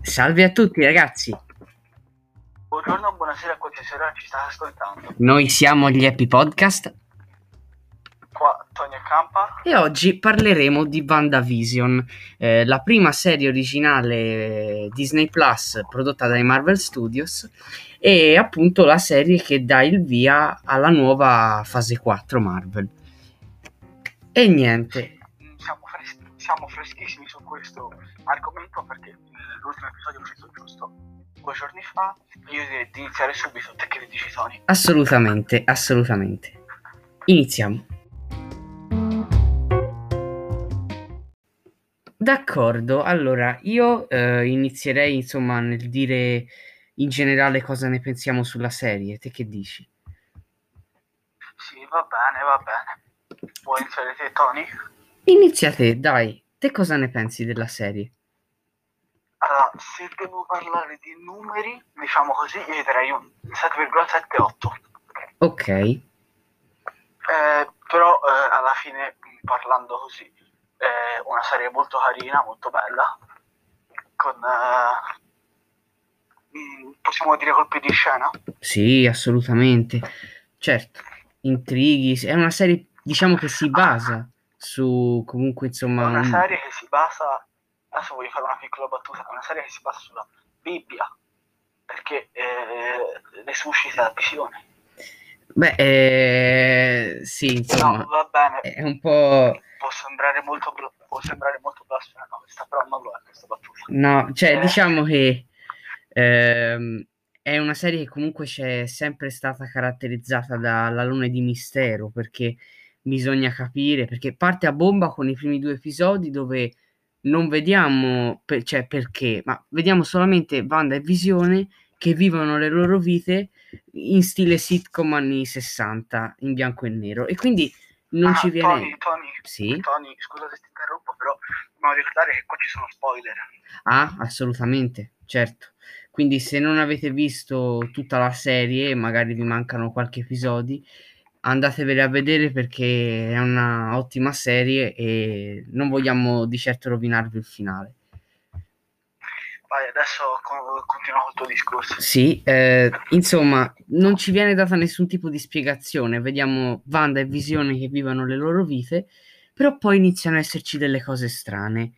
Salve a tutti ragazzi, Buongiorno, buonasera a qualsiasi ora ci state ascoltando. noi siamo gli Happy Podcast Qua Tony Campa. e oggi parleremo di WandaVision, la prima serie originale Disney Plus prodotta dai Marvel Studios e appunto la serie che dà il via alla nuova fase 4 Marvel. E niente, Siamo freschissimi su questo argomento perché l'ultimo episodio è uscito giusto 2 giorni fa. Io direi di iniziare subito. Te che ne dici, Tony? assolutamente. Iniziamo. D'accordo, allora io inizierei insomma nel dire in generale cosa ne pensiamo sulla serie. Te che dici? Sì, va bene. Vuoi iniziare te, Tony? Inizia te, dai. Te cosa ne pensi della serie? Allora, se devo parlare di numeri, diciamo così, io direi un 7,78. Ok, Però alla fine, parlando così, è una serie molto carina, molto bella, con possiamo dire colpi di scena. sì, assolutamente. Certo, intrighi, è una serie, diciamo che si basa su comunque È insomma una serie che si basa, adesso voglio fare una piccola battuta, è una serie che si basa sulla Bibbia, perché le suscita la visione. Sì, insomma, No, va bene, è un po'. può sembrare molto blasfema questa, però non lo è questa battuta. No, cioè diciamo che ehm, è una serie che comunque c'è sempre stata caratterizzata dall'alone di mistero, perché bisogna capire, perché parte a bomba con i primi due episodi dove non vediamo cioè perché, ma vediamo solamente Wanda e Visione che vivono le loro vite in stile sitcom anni 60 in bianco e nero e quindi non ci viene. Sì? Tony, scusa se ti interrompo, però dobbiamo ricordare che qua ci sono spoiler. Ah, assolutamente, certo. Quindi se non avete visto tutta la serie, magari vi mancano qualche episodio, andatevele a vedere perché è una ottima serie e non vogliamo di certo rovinarvi il finale. Vai, adesso continuiamo col tuo discorso. Sì, insomma, non ci viene data nessun tipo di spiegazione. Vediamo Wanda e Visione che vivono le loro vite, però poi iniziano a esserci delle cose strane.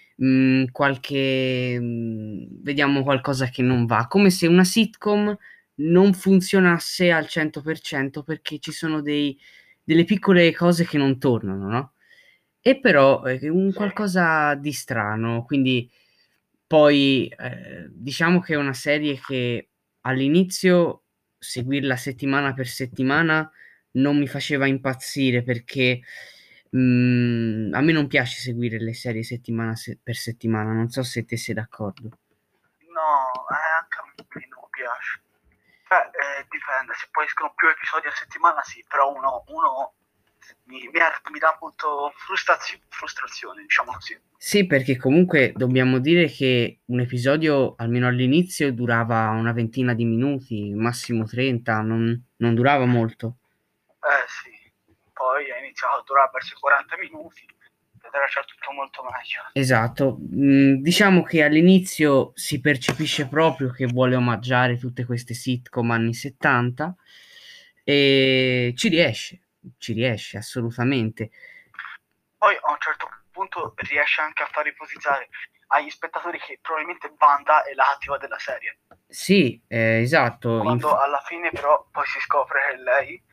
Vediamo qualcosa che non va, come se una sitcom non funzionasse al 100% perché ci sono delle piccole cose che non tornano, no? E però un qualcosa di strano, quindi poi diciamo che è una serie che all'inizio seguirla settimana per settimana non mi faceva impazzire perché a me non piace seguire le serie settimana per settimana, non so se te sei d'accordo. No, anche a me non piace. Dipende, se poi escono più episodi a settimana sì, però uno mi dà appunto frustrazione, diciamo così. Sì, perché comunque dobbiamo dire che un episodio, almeno all'inizio, durava una ventina di minuti, massimo 30, non durava molto. Sì, poi è iniziato a durare verso i 40 minuti ed era già tutto molto meglio. Esatto, diciamo che all'inizio si percepisce proprio che vuole omaggiare tutte queste sitcom anni 70 e ci riesce assolutamente. Poi a un certo punto riesce anche a far ipotizzare agli spettatori che probabilmente Wanda è la cattiva della serie. Sì, esatto. Quando alla fine però poi si scopre che lei,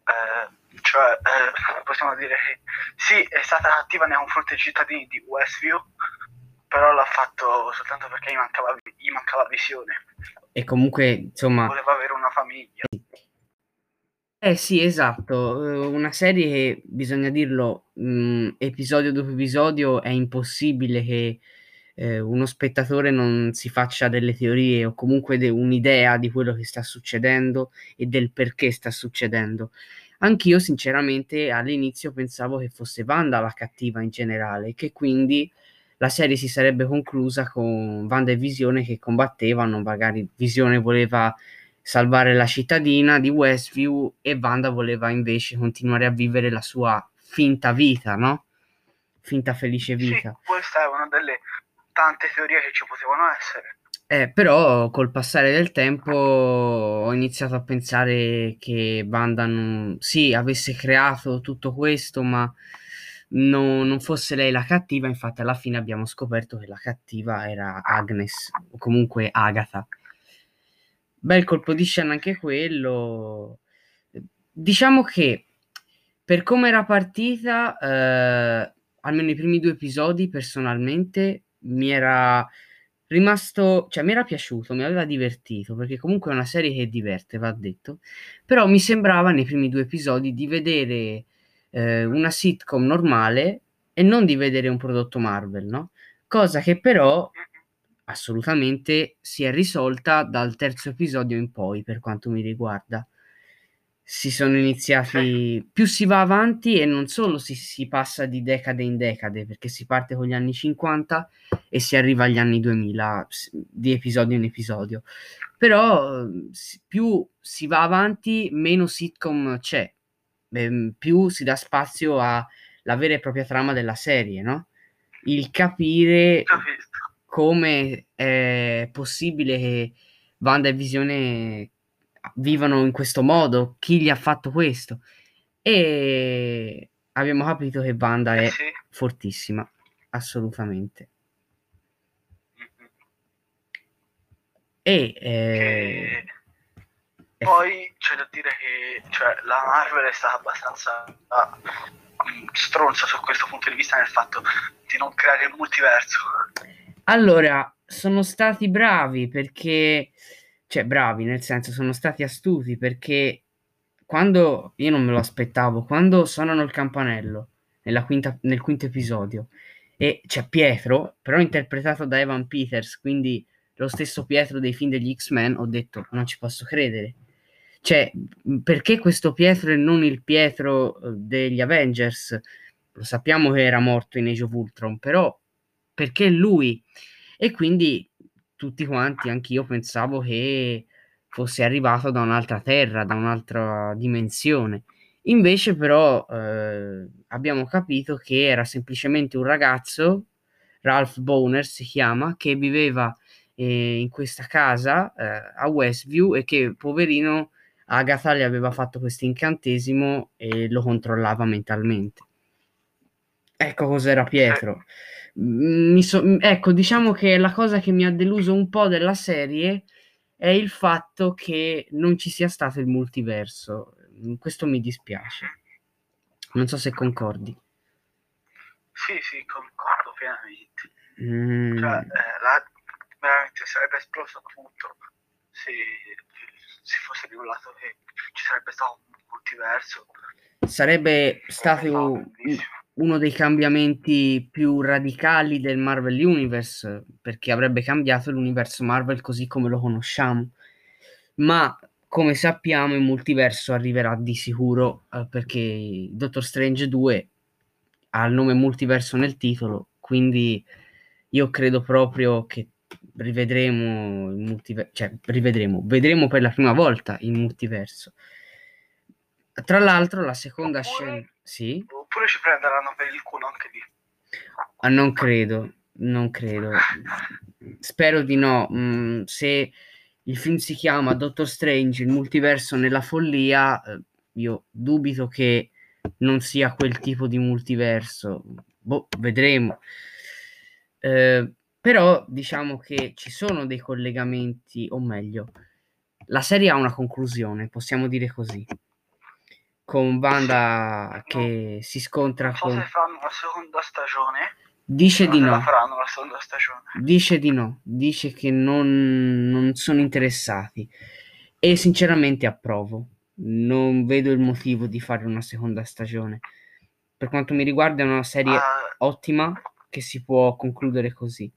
possiamo dire che sì, è stata cattiva nei confronti dei cittadini di Westview, però l'ha fatto soltanto perché gli mancava visione. E comunque, insomma, Voleva avere una famiglia. sì, esatto, una serie che, bisogna dirlo, episodio dopo episodio è impossibile che uno spettatore non si faccia delle teorie o comunque un'idea di quello che sta succedendo e del perché sta succedendo. Anch'io, sinceramente, all'inizio pensavo che fosse Wanda la cattiva in generale, che quindi la serie si sarebbe conclusa con Wanda e Visione che combattevano, magari Visione voleva salvare la cittadina di Westview e Wanda voleva invece continuare a vivere la sua finta vita, no? Finta felice Sì, vita. questa è una delle tante teorie che ci potevano essere. Però col passare del tempo ho iniziato a pensare che Wanda sì, avesse creato tutto questo, ma non fosse lei la cattiva. Infatti, alla fine abbiamo scoperto che la cattiva era Agnes, o comunque Agatha. Bel colpo di scena anche quello. Diciamo che per come era partita, almeno i primi due episodi, personalmente mi era rimasto, cioè mi era piaciuto, mi aveva divertito, perché comunque è una serie che diverte, va detto. Però mi sembrava nei primi due episodi di vedere una sitcom normale e non di vedere un prodotto Marvel, no? Cosa che però assolutamente si è risolta dal terzo episodio in poi, per quanto mi riguarda. Si sono Sì, iniziati, più si va avanti e non solo si passa di decade in decade, perché si parte con gli anni 50 e si arriva agli anni 2000, di episodio in episodio. Però più si va avanti, meno sitcom c'è. Più si dà spazio alla vera e propria trama della serie, no? Il capire capisco. come è possibile che Wanda e Visione vivano in questo modo, chi gli ha fatto questo. E abbiamo capito che Wanda Eh è sì. fortissima, assolutamente. Mhm. E Che è f- poi c'è da dire che cioè, la Marvel è stata abbastanza stronza su questo punto di vista nel fatto di non creare il multiverso. allora, sono stati bravi perché, cioè bravi nel senso, sono stati astuti perché quando io non me lo aspettavo, quando suonano il campanello nel quinto episodio e c'è Pietro, però interpretato da Evan Peters, quindi lo stesso Pietro dei film degli X-Men, ho detto non ci posso credere. Cioè, perché questo Pietro e non il Pietro degli Avengers? Lo sappiamo che era morto in Age of Ultron, però perché lui? E quindi tutti quanti, anch'io pensavo che fosse arrivato da un'altra terra, da un'altra dimensione. Invece, però, abbiamo capito che era semplicemente un ragazzo, Ralph Boner si chiama, che viveva in questa casa a Westview e che, poverino, Agatha gli aveva fatto questo incantesimo e lo controllava mentalmente. Ecco cos'era Sì, Pietro. Ecco, diciamo che la cosa che mi ha deluso un po' della serie è il fatto che non ci sia stato il multiverso. Questo mi dispiace. Non so se concordi. sì, sì, concordo pienamente. Cioè, Mm, veramente sarebbe esploso tutto se si fosse rivelato che ci sarebbe stato un multiverso. sarebbe Sarebbe stato stato bellissimo. uno dei cambiamenti più radicali del Marvel Universe, perché avrebbe cambiato l'universo Marvel così come lo conosciamo. Ma come sappiamo, il multiverso arriverà di sicuro, perché Doctor Strange 2 ha il nome multiverso nel titolo, quindi io credo proprio che rivedremo il multiverso, cioè rivedremo, vedremo per la prima volta il multiverso. Tra l'altro, la seconda scena, Oppure, sì. oppure ci prenderanno per il culo anche lì. Ah, non credo, non credo. Spero di no. Se il film si chiama Doctor Strange, il multiverso nella follia, io dubito che non sia quel tipo di multiverso. Boh, vedremo. Però diciamo che ci sono dei collegamenti, o meglio, la serie ha una conclusione, possiamo dire così, con Sì, Wanda no, che si non scontra so se con... faranno la seconda stagione, Dice di se la no. faranno la seconda stagione. Dice di no, dice che non sono interessati e sinceramente approvo. Non vedo il motivo di fare una seconda stagione. Per quanto mi riguarda è una serie Ah, ottima che si può concludere così.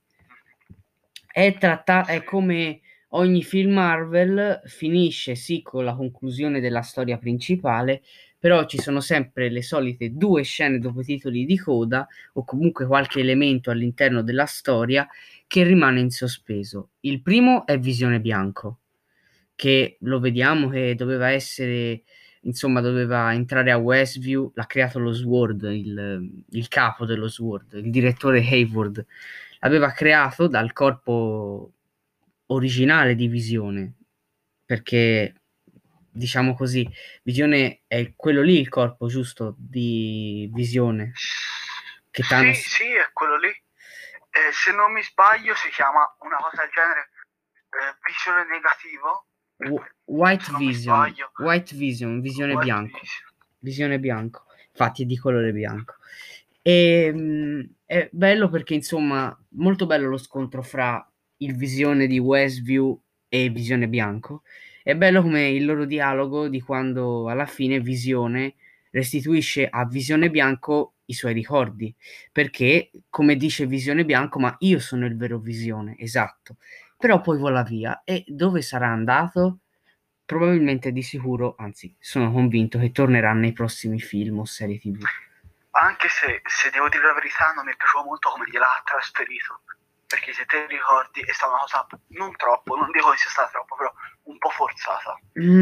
È sì, come ogni film Marvel, finisce sì con la conclusione della storia principale, però ci sono sempre le solite due scene dopo i titoli di coda o comunque qualche elemento all'interno della storia che rimane in sospeso. Il primo è Visione Bianco, che lo vediamo che doveva essere, insomma, doveva entrare a Westview, l'ha creato lo Sword, il capo dello Sword, il direttore Hayward, l'aveva creato dal corpo originale di Visione, perché diciamo così, Visione è quello lì il corpo giusto di Visione che Sì, Thanos. sì, è quello lì. Se non mi sbaglio si chiama una cosa del genere, visione negativo, White se non mi Vision, sbaglio. White Vision, visione White bianco, Vision. visione bianco, infatti è di colore bianco. E, è bello perché, insomma, molto bello lo scontro fra il visione di Westview e visione bianco. È bello come il loro dialogo di quando alla fine Visione restituisce a Visione Bianco i suoi ricordi, perché, come dice Visione Bianco, ma io sono il vero Visione, esatto. Però poi vola via e dove sarà andato? Probabilmente di sicuro, anzi, sono convinto che tornerà nei prossimi film o serie TV. Anche se devo dire la verità, non mi è piaciuto molto come gliel'ha trasferito. Perché se te ricordi è stata una cosa non troppo, non dico che sia stata troppo, però un po' forzata.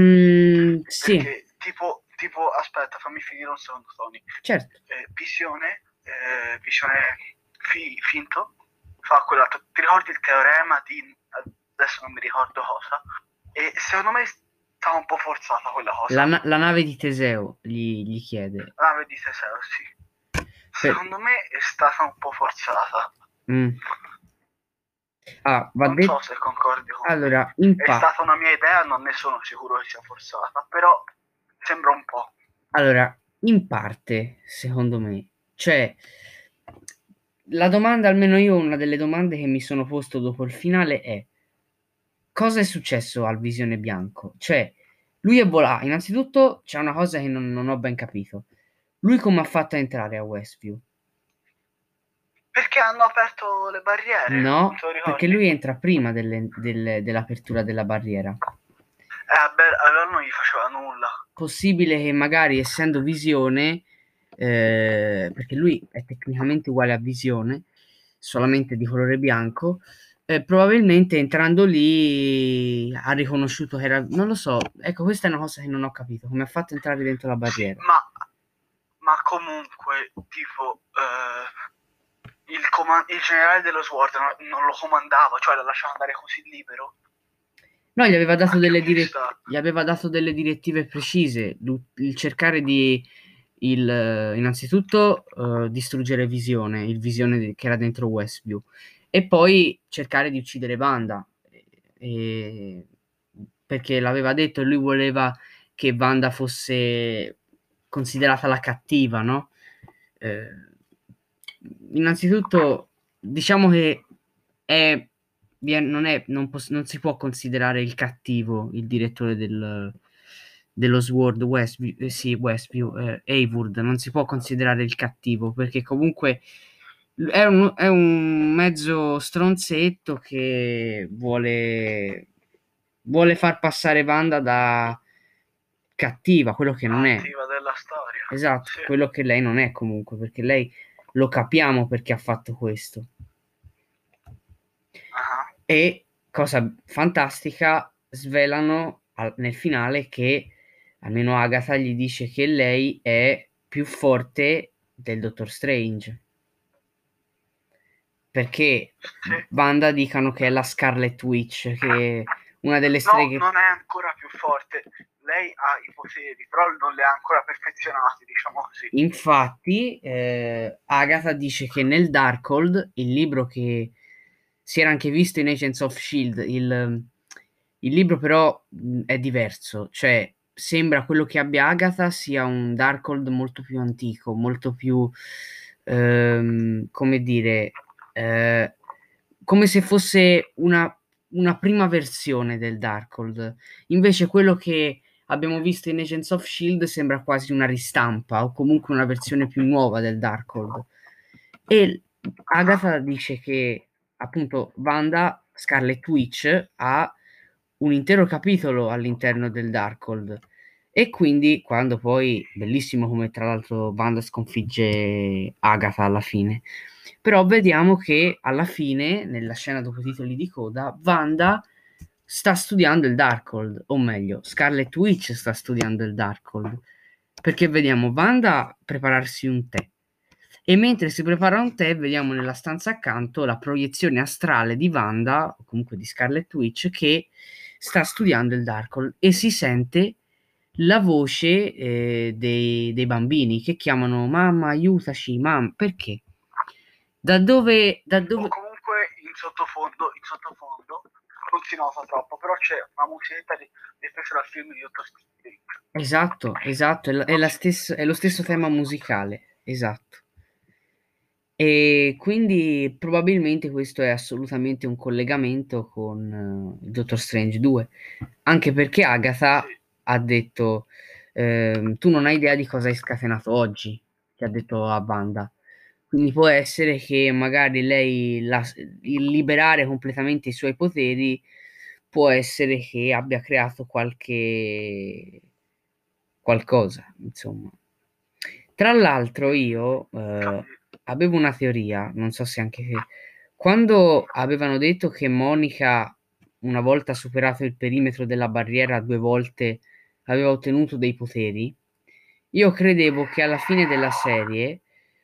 Sì, Perché tipo, aspetta, fammi finire un secondo, Tony. certo. Visione finto, fa quella, ti ricordi il teorema di, adesso non mi ricordo cosa, e secondo me stava un po' forzata quella cosa. La nave di Teseo gli chiede. La nave di Teseo, sì. Per- Secondo me è stata un po' forzata. mm. Ah, va Non so detto. se concordi con me. Allora, È stata una mia idea, non ne sono sicuro che sia forzata, però sembra un po'. in parte, secondo me, cioè, la domanda, almeno io, una delle domande che mi sono posto dopo il finale è: cosa è successo al Visione Bianco? Cioè, lui è volato. Innanzitutto c'è una cosa che non ho ben capito. Lui come ha fatto a entrare a Westview? Perché hanno aperto le barriere, non No, te lo perché ricordi? lui entra prima dell'apertura della barriera. Beh, allora non gli faceva nulla. Possibile che magari essendo Visione, perché lui è tecnicamente uguale a Visione, solamente di colore bianco, probabilmente entrando lì ha riconosciuto che era, non lo so, ecco, questa è una cosa che non ho capito, come ha fatto entrare dentro la Sì, barriera. ma comunque, tipo, il generale dello SWORD non lo comandava, cioè lo lasciava andare così libero. No, Anche questa, gli aveva dato delle direttive precise, il cercare di, innanzitutto, distruggere Visione, il Visione che era dentro Westview, e poi cercare di uccidere Wanda, e- perché l'aveva detto e lui voleva che Wanda fosse considerata la cattiva, no? Eh, innanzitutto, diciamo che è non si può considerare il cattivo il direttore dello Sword Westview, sì, Westview, Hayward, non si può considerare il cattivo perché comunque è un mezzo stronzetto che vuole far passare Wanda da cattiva, quello che non è. attiva della storia. Esatto, Sì. quello che lei non è comunque, perché lei lo capiamo perché ha fatto questo. Ah. E cosa fantastica, svelano nel finale che almeno Agatha gli dice che lei è più forte del Dottor Strange. Perché Sì. Wanda dicono che è la Scarlet Witch, che è una delle No, streghe. non è ancora più forte. Lei ha i poteri, però non li ha ancora perfezionati, diciamo così. Infatti, Agatha dice che nel Darkhold, il libro che si era anche visto in Agents of Shield, il libro però è diverso, cioè sembra quello che abbia Agatha sia un Darkhold molto più antico, molto più, come dire, eh, come se fosse una prima versione del Darkhold. Invece quello che abbiamo visto in Agents of Shield sembra quasi una ristampa o comunque una versione più nuova del Darkhold. E Ah. Agatha dice che appunto Wanda Scarlet Witch ha un intero capitolo all'interno del Darkhold. E quindi quando poi, bellissimo come tra l'altro Wanda sconfigge Agatha alla fine, però vediamo che alla fine, nella scena dopo i titoli di coda, Wanda sta studiando il Darkhold, o meglio, Scarlet Witch sta studiando il Darkhold, perché vediamo Wanda prepararsi un tè E mentre si prepara un tè, vediamo nella stanza accanto la proiezione astrale di Wanda, o comunque di Scarlet Witch, che sta studiando il Darkhold e si sente la voce dei bambini che chiamano mamma, aiutaci, mamma, perché? Da O dove... comunque in sottofondo non si nota troppo, però c'è una musichetta ripresa dal film di Dottor Strange. Esatto, esatto, Non si, è lo non si stesso tema nota. musicale, esatto. E quindi probabilmente questo è assolutamente un collegamento con il Dottor Strange 2, anche perché Agatha Sì. ha detto, tu non hai idea di cosa hai scatenato oggi, che ha detto a Wanda. Quindi può essere che magari il liberare completamente i suoi poteri può essere che abbia creato qualcosa, insomma. Tra l'altro io Infatti, avevo una teoria, non so se anche te, quando avevano detto che Monica, una volta superato il perimetro della barriera 2 volte, aveva ottenuto dei poteri, io credevo che alla fine della serie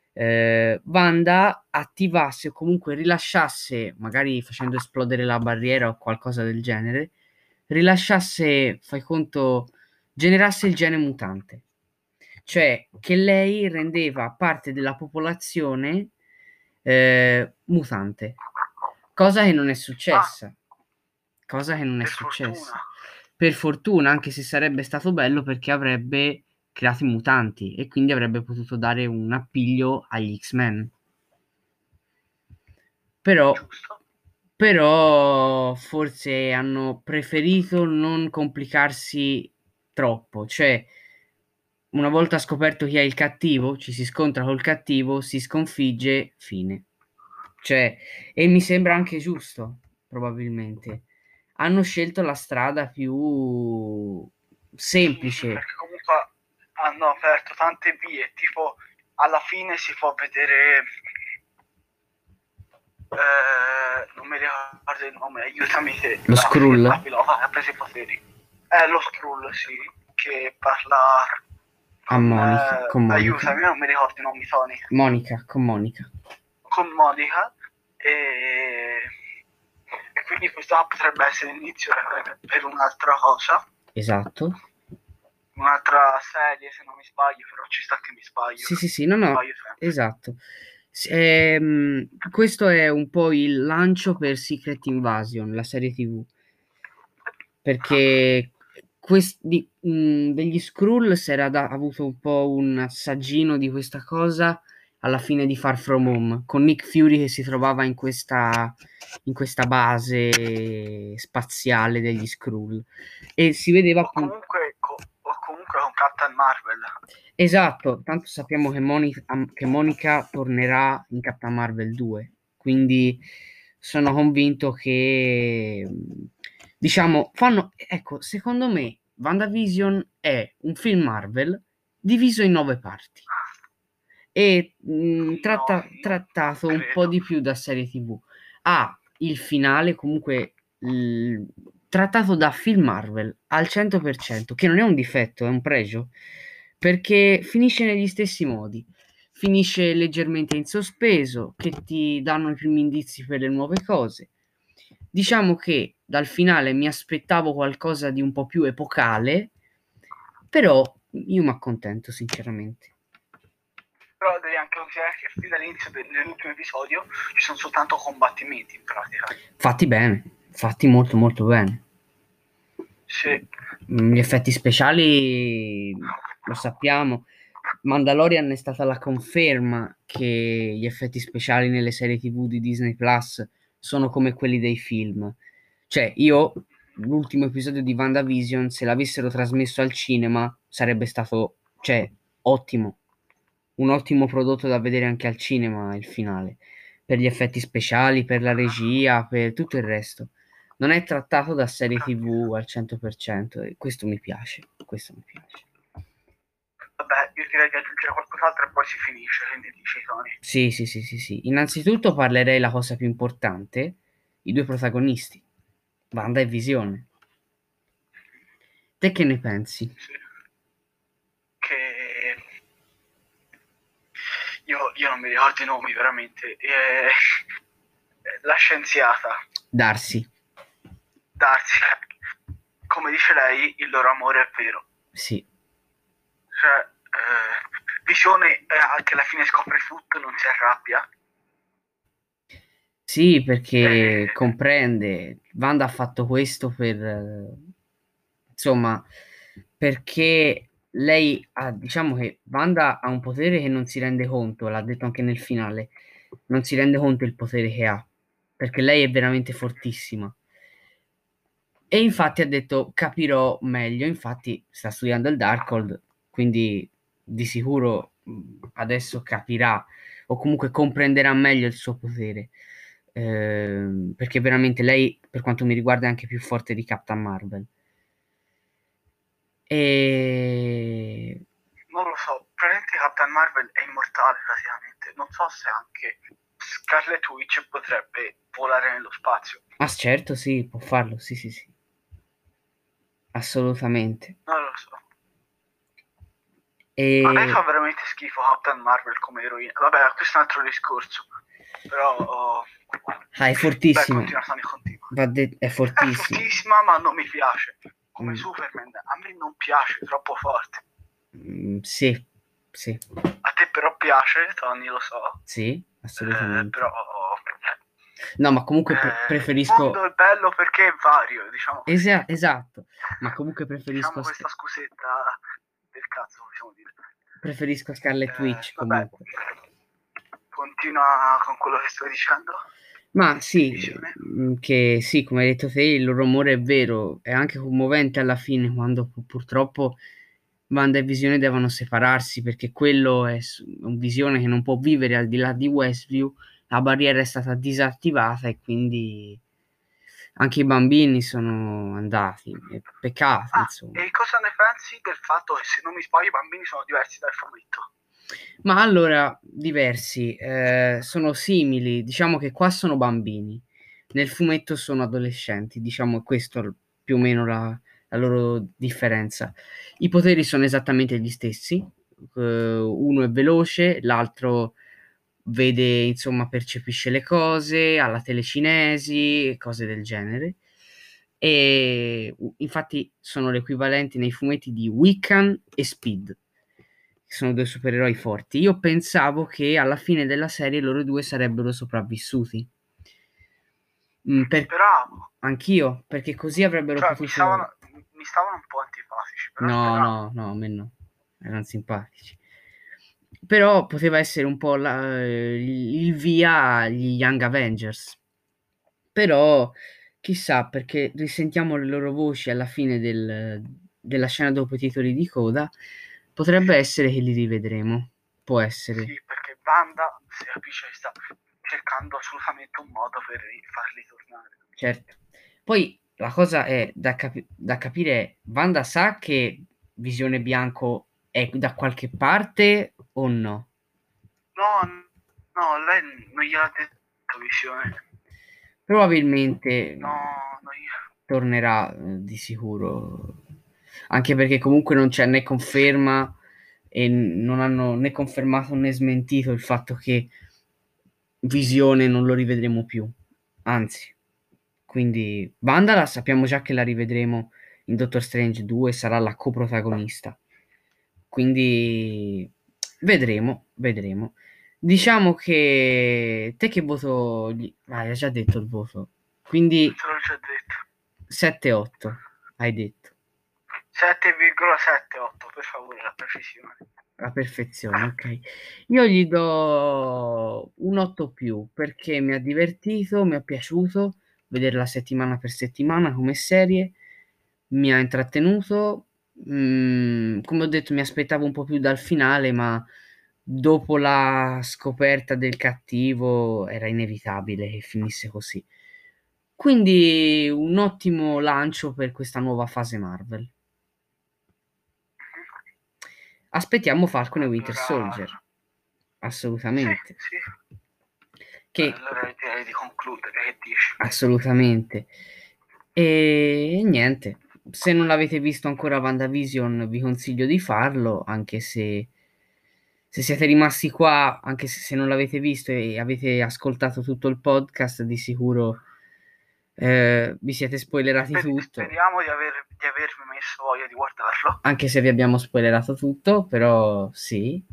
Wanda attivasse o comunque rilasciasse, magari facendo esplodere la barriera o qualcosa del genere, rilasciasse, fai conto, generasse il gene mutante, cioè che lei rendeva parte della popolazione mutante, cosa che non è ah, successa, cosa che non è per fortuna. successa. Per fortuna, anche se sarebbe stato bello perché avrebbe creato i mutanti e quindi avrebbe potuto dare un appiglio agli X-Men. Però, Giusto? però forse hanno preferito non complicarsi troppo, cioè una volta scoperto chi è il cattivo, ci si scontra col cattivo, si sconfigge, fine. Cioè, e mi sembra anche giusto, probabilmente. Hanno scelto la strada più Sì, sì, semplice. perché comunque hanno aperto tante vie, tipo alla fine si può vedere, non mi ricordo il nome, aiutami te, Lo la Skrull pilota che ha preso i poteri. È lo Skrull, sì, che parla a con, Monica. aiutami, non mi ricordo i nomi, Tony, Con Monica. con Monica, e quindi questa potrebbe essere l'inizio per un'altra cosa, Esatto. un'altra serie se non mi sbaglio, però ci sta che mi sbaglio, Sì, sì, sì, no, mi no, sbaglio sempre. esatto. Questo è un po' il lancio per Secret Invasion, la serie TV, perché degli Skrull si era avuto un po' un assaggino di questa cosa alla fine di Far From Home, con Nick Fury che si trovava in questa base spaziale degli Skrull e si vedeva appunto. O comunque con Captain Marvel. Esatto, tanto sappiamo che Monica tornerà in Captain Marvel 2, quindi sono convinto che, diciamo, ecco, secondo me, WandaVision è un film Marvel diviso in 9 parti e No, non trattato un po' credo. di più da serie TV. Ha il finale comunque trattato da film Marvel al 100%, che non è un difetto, è un pregio, perché finisce negli stessi modi. Finisce leggermente in sospeso, che ti danno i primi indizi per le nuove cose. Diciamo che dal finale mi aspettavo qualcosa di un po' più epocale, però io mi accontento sinceramente. Però devi anche considerare che fin dall'inizio dell'ultimo episodio ci sono soltanto combattimenti in pratica. Fatti bene, fatti molto molto bene. Sì. Gli effetti speciali lo sappiamo. Mandalorian è stata la conferma che gli effetti speciali nelle serie TV di Disney Plus sono come quelli dei film. Cioè, io l'ultimo episodio di WandaVision, se l'avessero trasmesso al cinema, sarebbe stato, cioè, ottimo. Un ottimo prodotto da vedere anche al cinema, il finale. Per gli effetti speciali, per la regia, per tutto il resto. Non è trattato da serie Infatti, TV al 100% e questo mi piace. Questo mi piace. vabbè, io direi di aggiungere qualcos'altro e poi si finisce, quindi dici Tony. Sì, sì, sì, sì, sì. Innanzitutto parlerei la cosa più importante, i due protagonisti, Wanda e Visione. Te che ne pensi? Sì. Che io non mi ricordo i nomi veramente, la scienziata, Darsi, Darcy, come dice lei, il loro amore è vero. sì. Cioè, Visione che alla fine scopre tutto, non si arrabbia. Sì, perché Eh, comprende, Wanda ha fatto questo per, insomma, perché lei ha, diciamo che Wanda ha un potere che non si rende conto, l'ha detto anche nel finale, non si rende conto il potere che ha, perché lei è veramente fortissima. E infatti ha detto capirò meglio, infatti sta studiando il Darkhold, quindi di sicuro adesso capirà o comunque comprenderà meglio il suo potere. Perché veramente lei, per quanto mi riguarda, è anche più forte di Captain Marvel. E non lo so, probabilmente Captain Marvel è immortale praticamente. Non so se anche Scarlet Witch potrebbe volare nello spazio. ah, certo, sì, può farlo, sì, sì, sì, assolutamente. Non lo so. A me E fa veramente schifo Captain Marvel come eroina. Vabbè, questo è un altro discorso. Però, è beh, fortissima, continua, Sony, continua. è È fortissima. fortissima, ma non mi piace. Come Mm, Superman, a me non piace, è troppo forte. sì, sì. A te però piace, Tony, lo so. Sì, assolutamente. Però No, ma comunque il mondo preferisco... è bello perché è vario, diciamo così. Esatto, ma comunque preferisco, Diciamo questa scusetta del cazzo, possiamo dire. preferisco Scarlet Witch Vabbè, comunque. continua con quello che sto dicendo. Ma Di sì, visione. che sì, come hai detto te, il loro amore è vero, è anche commovente alla fine quando purtroppo Wanda e Visione devono separarsi perché quello è un Visione che non può vivere al di là di Westview, la barriera è stata disattivata e quindi anche i bambini sono andati, è peccato, Ah, insomma. e cosa ne pensi del fatto che, se non mi sbaglio, i bambini sono diversi dal fumetto? Ma allora, diversi, sono simili, diciamo che qua sono bambini, nel fumetto sono adolescenti, diciamo questo è più o meno la loro differenza. I poteri sono esattamente gli stessi, uno è veloce, l'altro vede, insomma, percepisce le cose, ha la telecinesi, cose del genere. E infatti sono l'equivalente nei fumetti di Wiccan e Speed, che sono due supereroi forti. Io pensavo che alla fine della serie loro due sarebbero sopravvissuti. Speravo. Anch'io, perché così avrebbero Cioè, potuto... mi stavano un po' antipatici, però No, speravo. no, no, a me no, erano simpatici. Però poteva essere un po' il via agli Young Avengers. Però chissà, perché risentiamo le loro voci alla fine della scena dopo i titoli di coda, potrebbe essere che li rivedremo. Può essere, Sì, perché Wanda si capisce che sta cercando assolutamente un modo per farli tornare. certo. Poi la cosa è da capire, è, Wanda sa che Visione Bianco è da qualche parte o no? No, no, lei non gliel'ha detto Visione. Probabilmente No, non gliel'ha... tornerà di sicuro, anche perché comunque non c'è né conferma e non hanno né confermato né smentito il fatto che Visione non lo rivedremo più, anzi, quindi Wanda sappiamo già che la rivedremo in Doctor Strange 2, sarà la coprotagonista, quindi vedremo, vedremo. Diciamo che te che voto hai già detto il voto, quindi Te l'ho già detto. 7-8 hai detto, 7,78, per favore, la precisione. la perfezione, ok. Io gli do un 8 più perché mi ha divertito, mi è piaciuto vederla settimana per settimana come serie, mi ha intrattenuto. Come ho detto, mi aspettavo un po' più dal finale, ma dopo la scoperta del cattivo era inevitabile che finisse così. Quindi un ottimo lancio per questa nuova fase Marvel. Aspettiamo Falcon e Winter Allora, Soldier, sì, assolutamente. sì. Che Allora direi di concludere, che dici? assolutamente. E niente, se non l'avete visto ancora WandaVision, vi consiglio di farlo, anche se se siete rimasti qua, anche se non l'avete visto e avete ascoltato tutto il podcast, di sicuro vi siete spoilerati tutto, Speriamo di avermi messo voglia di guardarlo. anche se vi abbiamo spoilerato tutto, però sì.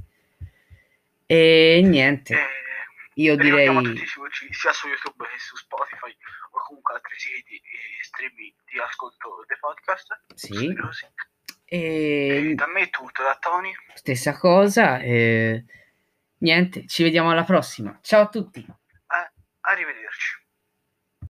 E niente, E io ricordiamo a tutti direi di seguirci sia su YouTube che su Spotify o comunque altri siti e streaming di ascolto dei podcast sì. studiosi. E E da me è tutto, da Tony. stessa cosa. Niente, ci vediamo alla prossima. Ciao a tutti. Arrivederci.